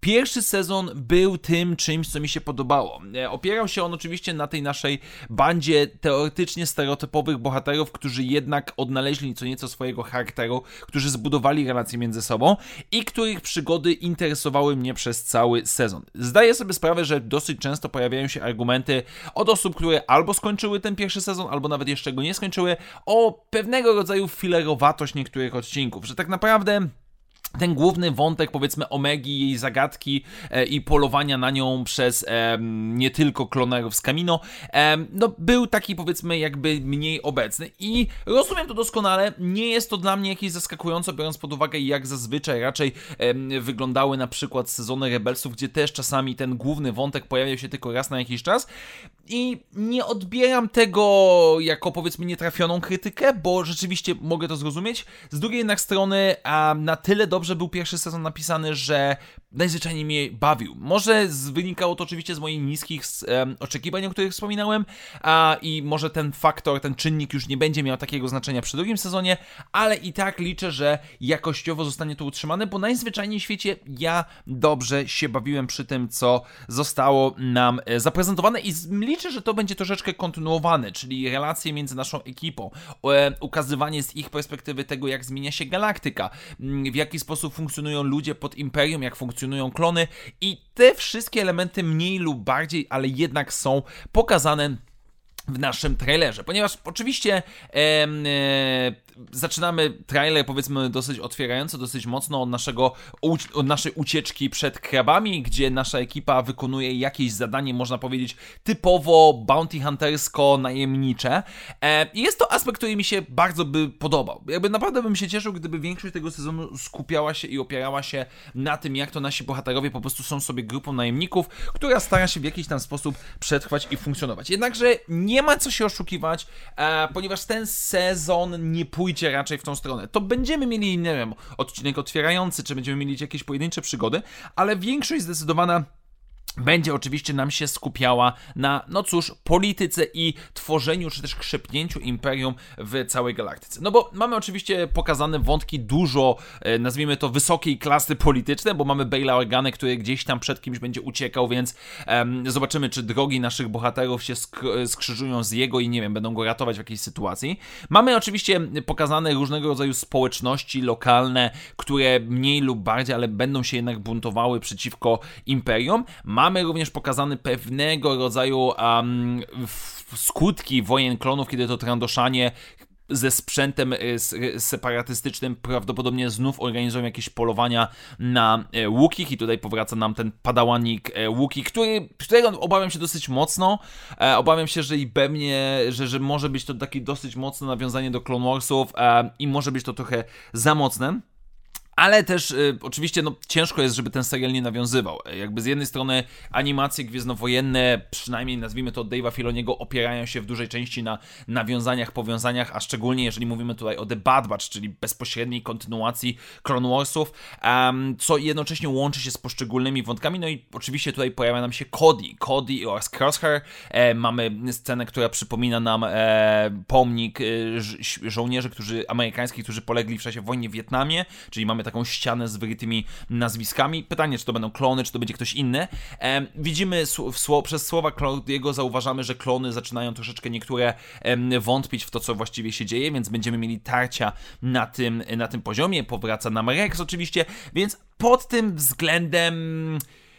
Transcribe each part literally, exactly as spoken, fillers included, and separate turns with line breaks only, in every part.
Pierwszy sezon był tym czymś, co mi się podobało. Opierał się on oczywiście na tej naszej bandzie teoretycznie stereotypowych bohaterów, którzy jednak odnaleźli co nieco swojego charakteru, którzy zbudowali relacje między sobą i których przygody interesowały mnie przez cały sezon. Zdaję sobie sprawę, że dosyć często pojawiają się argumenty od osób, które albo skończyły ten pierwszy sezon, albo nawet jeszcze go nie skończyły, o pewnego rodzaju filerowatość niektórych odcinków, że tak naprawdę ten główny wątek, powiedzmy, Omegi, jej zagadki e, i polowania na nią przez e, nie tylko klonerów z Kamino, e, no był taki, powiedzmy, jakby mniej obecny i rozumiem to doskonale, nie jest to dla mnie jakieś zaskakujące, biorąc pod uwagę, jak zazwyczaj raczej e, wyglądały na przykład sezony Rebelsów, gdzie też czasami ten główny wątek pojawiał się tylko raz na jakiś czas i nie odbieram tego jako, powiedzmy, nietrafioną krytykę, bo rzeczywiście mogę to zrozumieć. Z drugiej jednak strony a, na tyle dobrze był pierwszy sezon napisany, że najzwyczajniej mnie bawił. Może z, wynikało to oczywiście z moich niskich um, oczekiwań, o których wspominałem, a, i może ten faktor, ten czynnik już nie będzie miał takiego znaczenia przy drugim sezonie, ale i tak liczę, że jakościowo zostanie to utrzymane, bo najzwyczajniej w świecie ja dobrze się bawiłem przy tym, co zostało nam e, zaprezentowane i z, liczę, że to będzie troszeczkę kontynuowane, czyli relacje między naszą ekipą, e, ukazywanie z ich perspektywy tego, jak zmienia się galaktyka, w jaki sposób funkcjonują ludzie pod Imperium, jak funkcjonują klony i te wszystkie elementy mniej lub bardziej, ale jednak są pokazane w naszym trailerze, ponieważ oczywiście e, e, zaczynamy trailer, powiedzmy, dosyć otwierający, dosyć mocno od, naszego, od naszej ucieczki przed krabami, gdzie nasza ekipa wykonuje jakieś zadanie, można powiedzieć, typowo bounty huntersko-najemnicze. E, jest to aspekt, który mi się bardzo by podobał. Jakby naprawdę bym się cieszył, gdyby większość tego sezonu skupiała się i opierała się na tym, jak to nasi bohaterowie po prostu są sobie grupą najemników, która stara się w jakiś tam sposób przetrwać i funkcjonować. Jednakże nie ma co się oszukiwać, e, ponieważ ten sezon nie pójdzie raczej w tą stronę. To będziemy mieli, nie wiem, odcinek otwierający, czy będziemy mieli jakieś pojedyncze przygody, ale większość zdecydowana będzie oczywiście nam się skupiała na, no cóż, polityce i tworzeniu, czy też krzepnięciu imperium w całej galaktyce. No bo mamy oczywiście pokazane wątki dużo, nazwijmy to, wysokiej klasy polityczne, bo mamy Baila Organa, który gdzieś tam przed kimś będzie uciekał, więc um, zobaczymy, czy drogi naszych bohaterów się sk- skrzyżują z jego i, nie wiem, będą go ratować w jakiejś sytuacji. Mamy oczywiście pokazane różnego rodzaju społeczności lokalne, które mniej lub bardziej, ale będą się jednak buntowały przeciwko imperium. Mamy również pokazany pewnego rodzaju um, skutki wojen klonów, kiedy to Trandoshanie ze sprzętem separatystycznym prawdopodobnie znów organizują jakieś polowania na Wookiee'ich i tutaj powraca nam ten padałanik Wookiee, który, którego obawiam się dosyć mocno. E, obawiam się, że i pewnie, że, że może być to takie dosyć mocne nawiązanie do Clone Warsów e, i może być to trochę za mocne. Ale też y, oczywiście no, ciężko jest, żeby ten serial nie nawiązywał. Jakby z jednej strony animacje gwiezdnowojenne, przynajmniej nazwijmy to od Dave'a Filoniego, opierają się w dużej części na nawiązaniach, powiązaniach, a szczególnie jeżeli mówimy tutaj o The Bad Batch, czyli bezpośredniej kontynuacji Clone Warsów, um, co jednocześnie łączy się z poszczególnymi wątkami. No i oczywiście tutaj pojawia nam się Cody, Cody oraz Crosshair. E, mamy scenę, która przypomina nam e, pomnik e, żo- żołnierzy, którzy amerykańskich, którzy polegli w czasie wojny w Wietnamie, czyli mamy taką ścianę z wyrytymi nazwiskami. Pytanie, czy to będą klony, czy to będzie ktoś inny. E, widzimy w sło- przez słowa Claudiego zauważamy, że klony zaczynają troszeczkę niektóre e, wątpić w to, co właściwie się dzieje, więc będziemy mieli tarcia na tym, na tym poziomie. Powraca nam Rex oczywiście, więc pod tym względem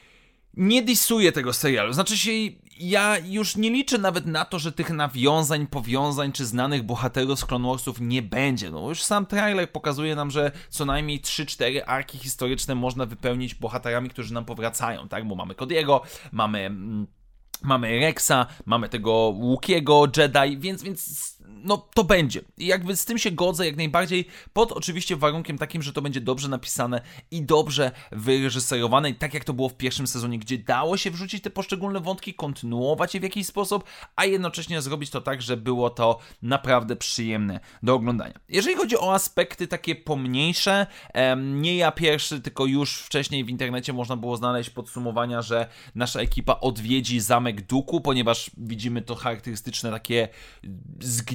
nie disuję tego serialu. Znaczy się, ja już nie liczę nawet na to, że tych nawiązań, powiązań czy znanych bohaterów z Clone Warsów nie będzie. No już sam trailer pokazuje nam, że co najmniej trzy cztery arki historyczne można wypełnić bohaterami, którzy nam powracają, tak? Bo mamy Cody'ego, mamy... Mamy Rexa, mamy tego Wookieego, Jedi, więc, więc no to będzie. I jakby z tym się godzę jak najbardziej, pod oczywiście warunkiem takim, że to będzie dobrze napisane i dobrze wyreżyserowane, i tak jak to było w pierwszym sezonie, gdzie dało się wrzucić te poszczególne wątki, kontynuować je w jakiś sposób, a jednocześnie zrobić to tak, że było to naprawdę przyjemne do oglądania. Jeżeli chodzi o aspekty takie pomniejsze, nie ja pierwszy, tylko już wcześniej w internecie można było znaleźć podsumowania, że nasza ekipa odwiedzi zamek Dooku, ponieważ widzimy to charakterystyczne takie zgniłe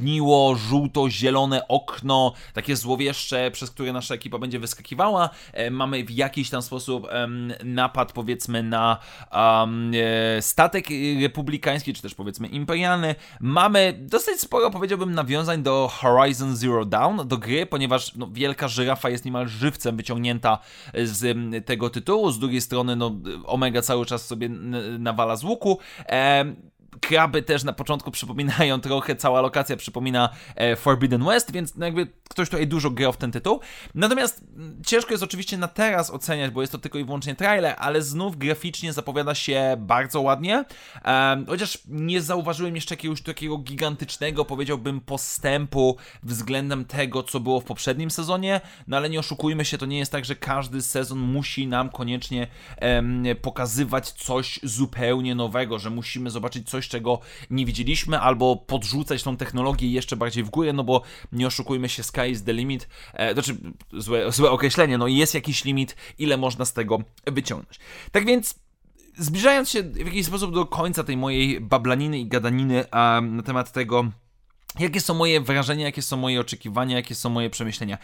zgniło, żółto-zielone okno, takie złowieszcze, przez które nasza ekipa będzie wyskakiwała. E, mamy w jakiś tam sposób em, napad, powiedzmy, na um, e, statek republikański, czy też powiedzmy imperialny. Mamy dosyć sporo, powiedziałbym, nawiązań do Horizon Zero Dawn, do gry, ponieważ no, wielka żyrafa jest niemal żywcem wyciągnięta z tego tytułu. Z drugiej strony, no, Omega cały czas sobie nawala z łuku. E, Kraby też na początku przypominają trochę, cała lokacja przypomina e, Forbidden West, więc no jakby ktoś tutaj dużo grał w ten tytuł. Natomiast ciężko jest oczywiście na teraz oceniać, bo jest to tylko i wyłącznie trailer, ale znów graficznie zapowiada się bardzo ładnie. E, chociaż nie zauważyłem jeszcze jakiegoś takiego gigantycznego, powiedziałbym, postępu względem tego, co było w poprzednim sezonie, no ale nie oszukujmy się, to nie jest tak, że każdy sezon musi nam koniecznie e, pokazywać coś zupełnie nowego, że musimy zobaczyć coś, czego nie widzieliśmy, albo podrzucać tą technologię jeszcze bardziej w górę, no bo nie oszukujmy się, sky is the limit, e, znaczy złe, złe określenie, no jest jakiś limit, ile można z tego wyciągnąć. Tak więc zbliżając się w jakiś sposób do końca tej mojej bablaniny i gadaniny a, na temat tego, jakie są moje wrażenia, jakie są moje oczekiwania, jakie są moje przemyślenia.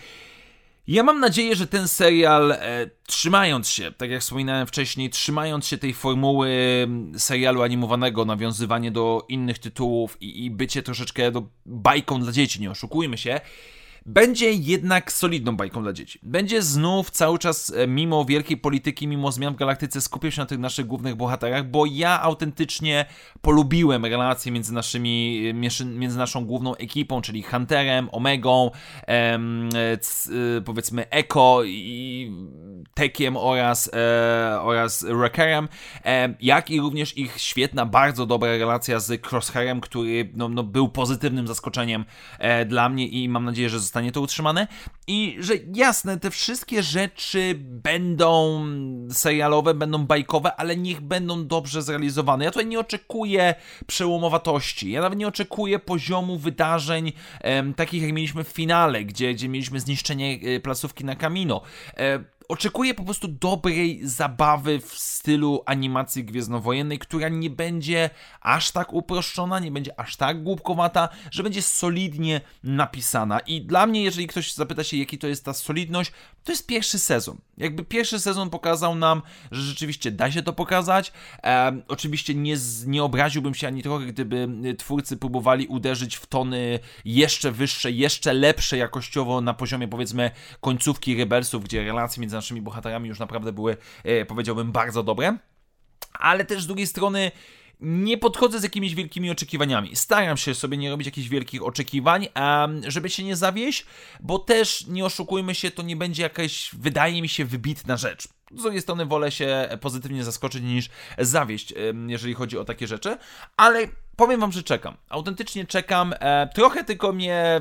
Ja mam nadzieję, że ten serial, e, trzymając się, tak jak wspominałem wcześniej, trzymając się tej formuły serialu animowanego, nawiązywanie do innych tytułów i, i bycie troszeczkę do, bajką dla dzieci, nie oszukujmy się, będzie jednak solidną bajką dla dzieci. Będzie znów cały czas, mimo wielkiej polityki, mimo zmian w galaktyce, skupiał się na tych naszych głównych bohaterach, bo ja autentycznie polubiłem relacje między naszymi, między naszą główną ekipą, czyli Hunterem, Omegą, em, c, powiedzmy Echo i Tekiem oraz, e, oraz Wreckerem, e, jak i również ich świetna, bardzo dobra relacja z Crosshairem, który no, no, był pozytywnym zaskoczeniem e, dla mnie i mam nadzieję, że zostanie to utrzymane. I że jasne, te wszystkie rzeczy będą serialowe, będą bajkowe, ale niech będą dobrze zrealizowane. Ja tutaj nie oczekuję przełomowatości, ja nawet nie oczekuję poziomu wydarzeń e, takich, jak mieliśmy w finale, gdzie, gdzie mieliśmy zniszczenie e, placówki na Kamino. E, Oczekuję po prostu dobrej zabawy w stylu animacji gwiezdnowojennej, która nie będzie aż tak uproszczona, nie będzie aż tak głupkowata, że będzie solidnie napisana. I dla mnie, jeżeli ktoś zapyta się, jaki to jest ta solidność, to jest pierwszy sezon. Jakby pierwszy sezon pokazał nam, że rzeczywiście da się to pokazać. E, oczywiście nie, z, nie obraziłbym się ani trochę, gdyby twórcy próbowali uderzyć w tony jeszcze wyższe, jeszcze lepsze jakościowo na poziomie, powiedzmy, końcówki Rebelsów, gdzie relacje między naszymi bohaterami już naprawdę były, e, powiedziałbym, bardzo dobre. Ale też z drugiej strony nie podchodzę z jakimiś wielkimi oczekiwaniami. Staram się sobie nie robić jakichś wielkich oczekiwań, żeby się nie zawieść, bo też, nie oszukujmy się, to nie będzie jakaś, wydaje mi się, wybitna rzecz. Z drugiej strony wolę się pozytywnie zaskoczyć niż zawieść, jeżeli chodzi o takie rzeczy, ale powiem wam, że czekam. Autentycznie czekam. Trochę tylko mnie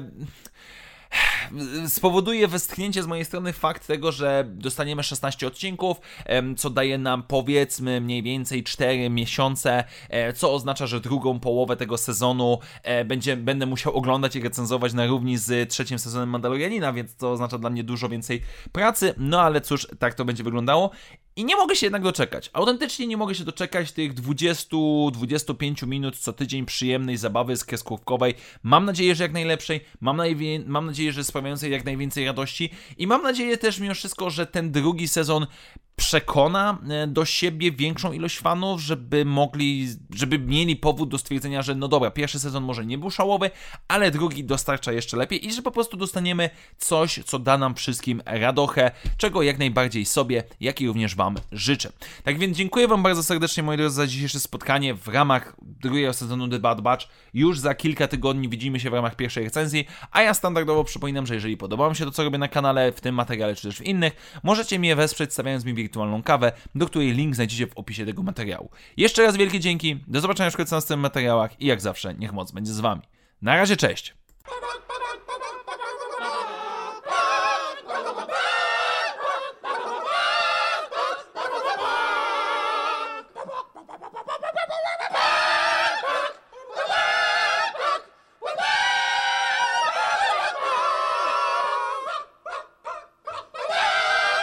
spowoduje westchnięcie z mojej strony fakt tego, że dostaniemy szesnaście odcinków, co daje nam, powiedzmy, mniej więcej cztery miesiące, co oznacza, że drugą połowę tego sezonu będzie, będę musiał oglądać i recenzować na równi z trzecim sezonem Mandalorianina, więc to oznacza dla mnie dużo więcej pracy, no ale cóż, tak to będzie wyglądało. I nie mogę się jednak doczekać. Autentycznie nie mogę się doczekać tych dwudziestu do dwudziestu pięciu minut co tydzień przyjemnej zabawy z kreskówkowej. Mam nadzieję, że jak najlepszej. Mam, najwie- mam nadzieję, że sprawiającej jak najwięcej radości. I mam nadzieję też mimo wszystko, że ten drugi sezon przekona do siebie większą ilość fanów, żeby mogli, żeby mieli powód do stwierdzenia, że no dobra, pierwszy sezon może nie był szałowy, ale drugi dostarcza jeszcze lepiej i że po prostu dostaniemy coś, co da nam wszystkim radochę, czego jak najbardziej sobie, jak i również wam życzę. Tak więc dziękuję wam bardzo serdecznie, moi drodzy, za dzisiejsze spotkanie w ramach drugiego sezonu The Bad Batch. Już za kilka tygodni widzimy się w ramach pierwszej recenzji, a ja standardowo przypominam, że jeżeli podoba wam się to, co robię na kanale, w tym materiale, czy też w innych, możecie mnie wesprzeć, stawiając mi wirtualną kawę, do której link znajdziecie w opisie tego materiału. Jeszcze raz wielkie dzięki, do zobaczenia w następnych materiałach i jak zawsze, niech moc będzie z wami. Na razie, cześć!